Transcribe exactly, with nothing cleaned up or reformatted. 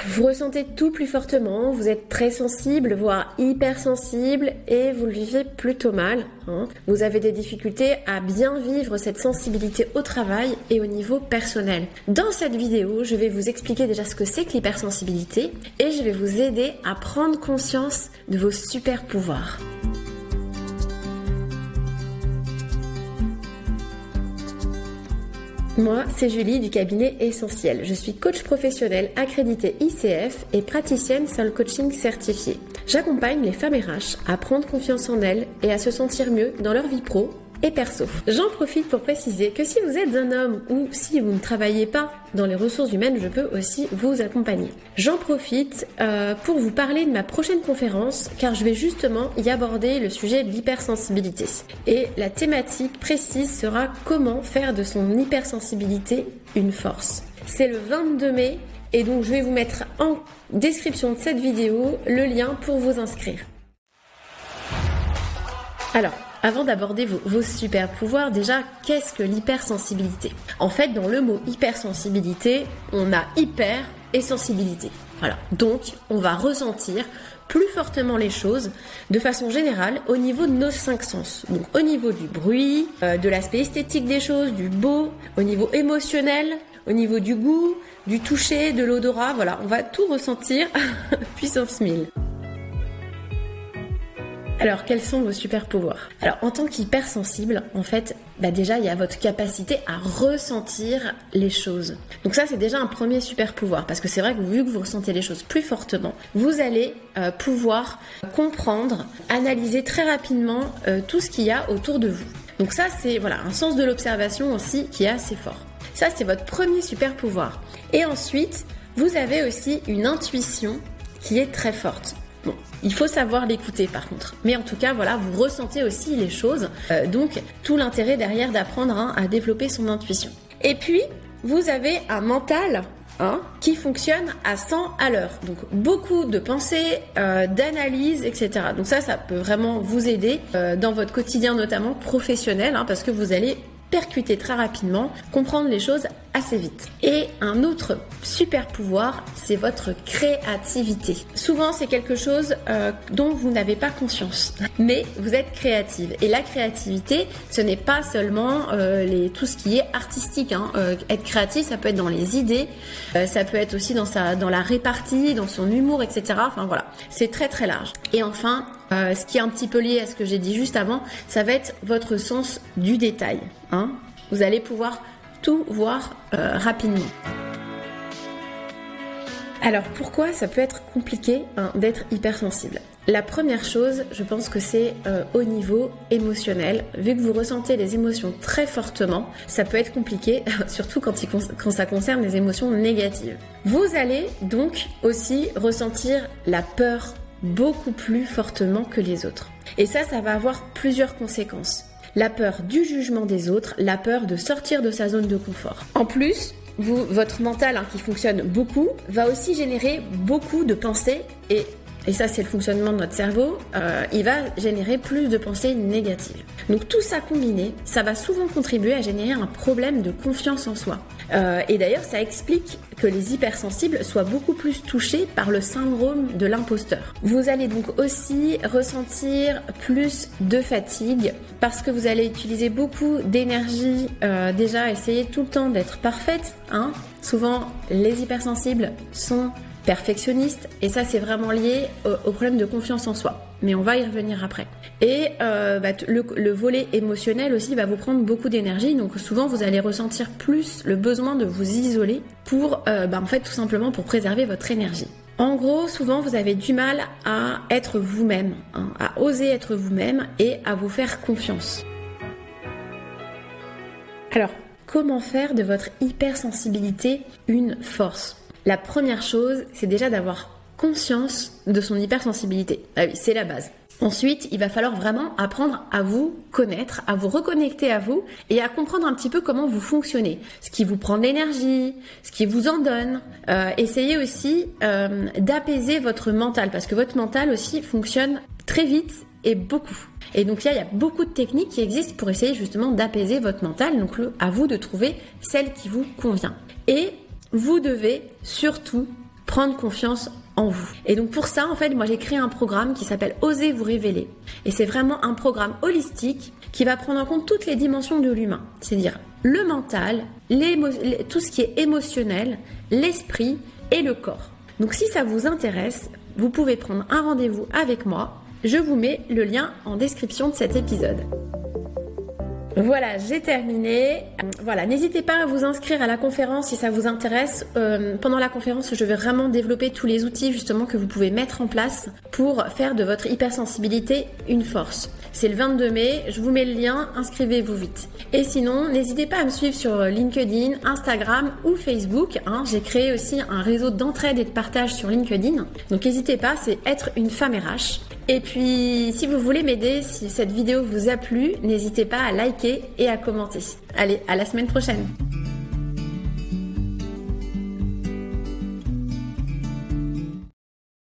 Vous ressentez tout plus fortement, vous êtes très sensible, voire hypersensible et vous le vivez plutôt mal. Hein. Vous avez des difficultés à bien vivre cette sensibilité au travail et au niveau personnel. Dans cette vidéo, je vais vous expliquer déjà ce que c'est que l'hypersensibilité et je vais vous aider à prendre conscience de vos super pouvoirs. Moi, c'est Julie du cabinet Essentiel. Je suis coach professionnel accrédité I C F et praticienne Soul Coaching certifiée. J'accompagne les femmes R H à prendre confiance en elles et à se sentir mieux dans leur vie pro et perso. J'en profite pour préciser que si vous êtes un homme ou si vous ne travaillez pas dans les ressources humaines, je peux aussi vous accompagner. J'en profite euh, pour vous parler de ma prochaine conférence car je vais justement y aborder le sujet de l'hypersensibilité. Et la thématique précise sera comment faire de son hypersensibilité une force. C'est le vingt-deux mai et donc je vais vous mettre en description de cette vidéo le lien pour vous inscrire. Alors, avant d'aborder vos, vos super pouvoirs, déjà, qu'est-ce que l'hypersensibilité ? En fait, dans le mot hypersensibilité, on a hyper et sensibilité. Voilà. Donc, on va ressentir plus fortement les choses de façon générale au niveau de nos cinq sens. Donc, au niveau du bruit, euh, de l'aspect esthétique des choses, du beau, au niveau émotionnel, au niveau du goût, du toucher, de l'odorat. Voilà, on va tout ressentir puissance mille. Alors, quels sont vos super pouvoirs ? Alors, en tant qu'hypersensible, en fait, bah déjà, il y a votre capacité à ressentir les choses. Donc ça, c'est déjà un premier super pouvoir, parce que c'est vrai que vu que vous ressentez les choses plus fortement, vous allez euh, pouvoir comprendre, analyser très rapidement euh, tout ce qu'il y a autour de vous. Donc ça, c'est voilà un sens de l'observation aussi qui est assez fort. Ça, c'est votre premier super pouvoir. Et ensuite, vous avez aussi une intuition qui est très forte. Bon, il faut savoir l'écouter par contre. Mais en tout cas, voilà, vous ressentez aussi les choses. Euh, donc, tout l'intérêt derrière d'apprendre hein, à développer son intuition. Et puis, vous avez un mental hein, qui fonctionne à cent à l'heure. Donc, beaucoup de pensées, euh, d'analyses, et cetera. Donc ça, ça peut vraiment vous aider euh, dans votre quotidien, notamment professionnel, hein, parce que vous allez percuter très rapidement, comprendre les choses assez vite. Et un autre super pouvoir, c'est votre créativité. Souvent, c'est quelque chose euh, dont vous n'avez pas conscience, mais vous êtes créative. Et la créativité, ce n'est pas seulement euh, les, tout ce qui est artistique. Hein. Euh, être créatif, ça peut être dans les idées, euh, ça peut être aussi dans, sa, dans la répartie, dans son humour, et cetera. Enfin voilà, c'est très très large. Et enfin, Euh, ce qui est un petit peu lié à ce que j'ai dit juste avant, ça va être votre sens du détail. Hein. Vous allez pouvoir tout voir euh, rapidement. Alors pourquoi ça peut être compliqué hein, d'être hypersensible ? La première chose, je pense que c'est euh, au niveau émotionnel. Vu que vous ressentez les émotions très fortement, ça peut être compliqué, surtout quand, il, quand ça concerne les émotions négatives. Vous allez donc aussi ressentir la peur beaucoup plus fortement que les autres. Et ça, ça va avoir plusieurs conséquences. La peur du jugement des autres, la peur de sortir de sa zone de confort. En plus, vous, votre mental hein, qui fonctionne beaucoup, va aussi générer beaucoup de pensées et Et ça, c'est le fonctionnement de notre cerveau. Euh, il va générer plus de pensées négatives. Donc tout ça combiné, ça va souvent contribuer à générer un problème de confiance en soi. Euh, et d'ailleurs, ça explique que les hypersensibles soient beaucoup plus touchés par le syndrome de l'imposteur. Vous allez donc aussi ressentir plus de fatigue parce que vous allez utiliser beaucoup d'énergie. Euh, déjà, essayer tout le temps d'être parfaite. Hein. Souvent, les hypersensibles sont perfectionniste et ça c'est vraiment lié au, au problème de confiance en soi, mais on va y revenir après. Et euh, bah, le, le volet émotionnel aussi va vous prendre beaucoup d'énergie, donc souvent vous allez ressentir plus le besoin de vous isoler pour euh, bah, en fait tout simplement pour préserver votre énergie. En gros, souvent vous avez du mal à être vous-même, hein, à oser être vous-même et à vous faire confiance. Alors, comment faire de votre hypersensibilité une force ? La première chose, c'est déjà d'avoir conscience de son hypersensibilité. Ah oui, c'est la base. Ensuite, il va falloir vraiment apprendre à vous connaître, à vous reconnecter à vous et à comprendre un petit peu comment vous fonctionnez. Ce qui vous prend de l'énergie, ce qui vous en donne. Euh, essayez aussi euh, d'apaiser votre mental parce que votre mental aussi fonctionne très vite et beaucoup. Et donc là, il y a beaucoup de techniques qui existent pour essayer justement d'apaiser votre mental. Donc à vous de trouver celle qui vous convient. Et vous devez surtout prendre confiance en vous. Et donc pour ça, en fait, moi j'ai créé un programme qui s'appelle Osez vous révéler. Et c'est vraiment un programme holistique qui va prendre en compte toutes les dimensions de l'humain. C'est-à-dire le mental, tout ce qui est émotionnel, l'esprit et le corps. Donc si ça vous intéresse, vous pouvez prendre un rendez-vous avec moi. Je vous mets le lien en description de cet épisode. Voilà, j'ai terminé. Voilà, n'hésitez pas à vous inscrire à la conférence si ça vous intéresse. Euh, pendant la conférence, je vais vraiment développer tous les outils justement que vous pouvez mettre en place pour faire de votre hypersensibilité une force. C'est le vingt-deux mai, je vous mets le lien, inscrivez-vous vite. Et sinon, n'hésitez pas à me suivre sur LinkedIn, Instagram ou Facebook. Hein. J'ai créé aussi un réseau d'entraide et de partage sur LinkedIn. Donc n'hésitez pas, c'est Être une femme R H. Et puis, si vous voulez m'aider, si cette vidéo vous a plu, n'hésitez pas à liker et à commenter. Allez, à la semaine prochaine.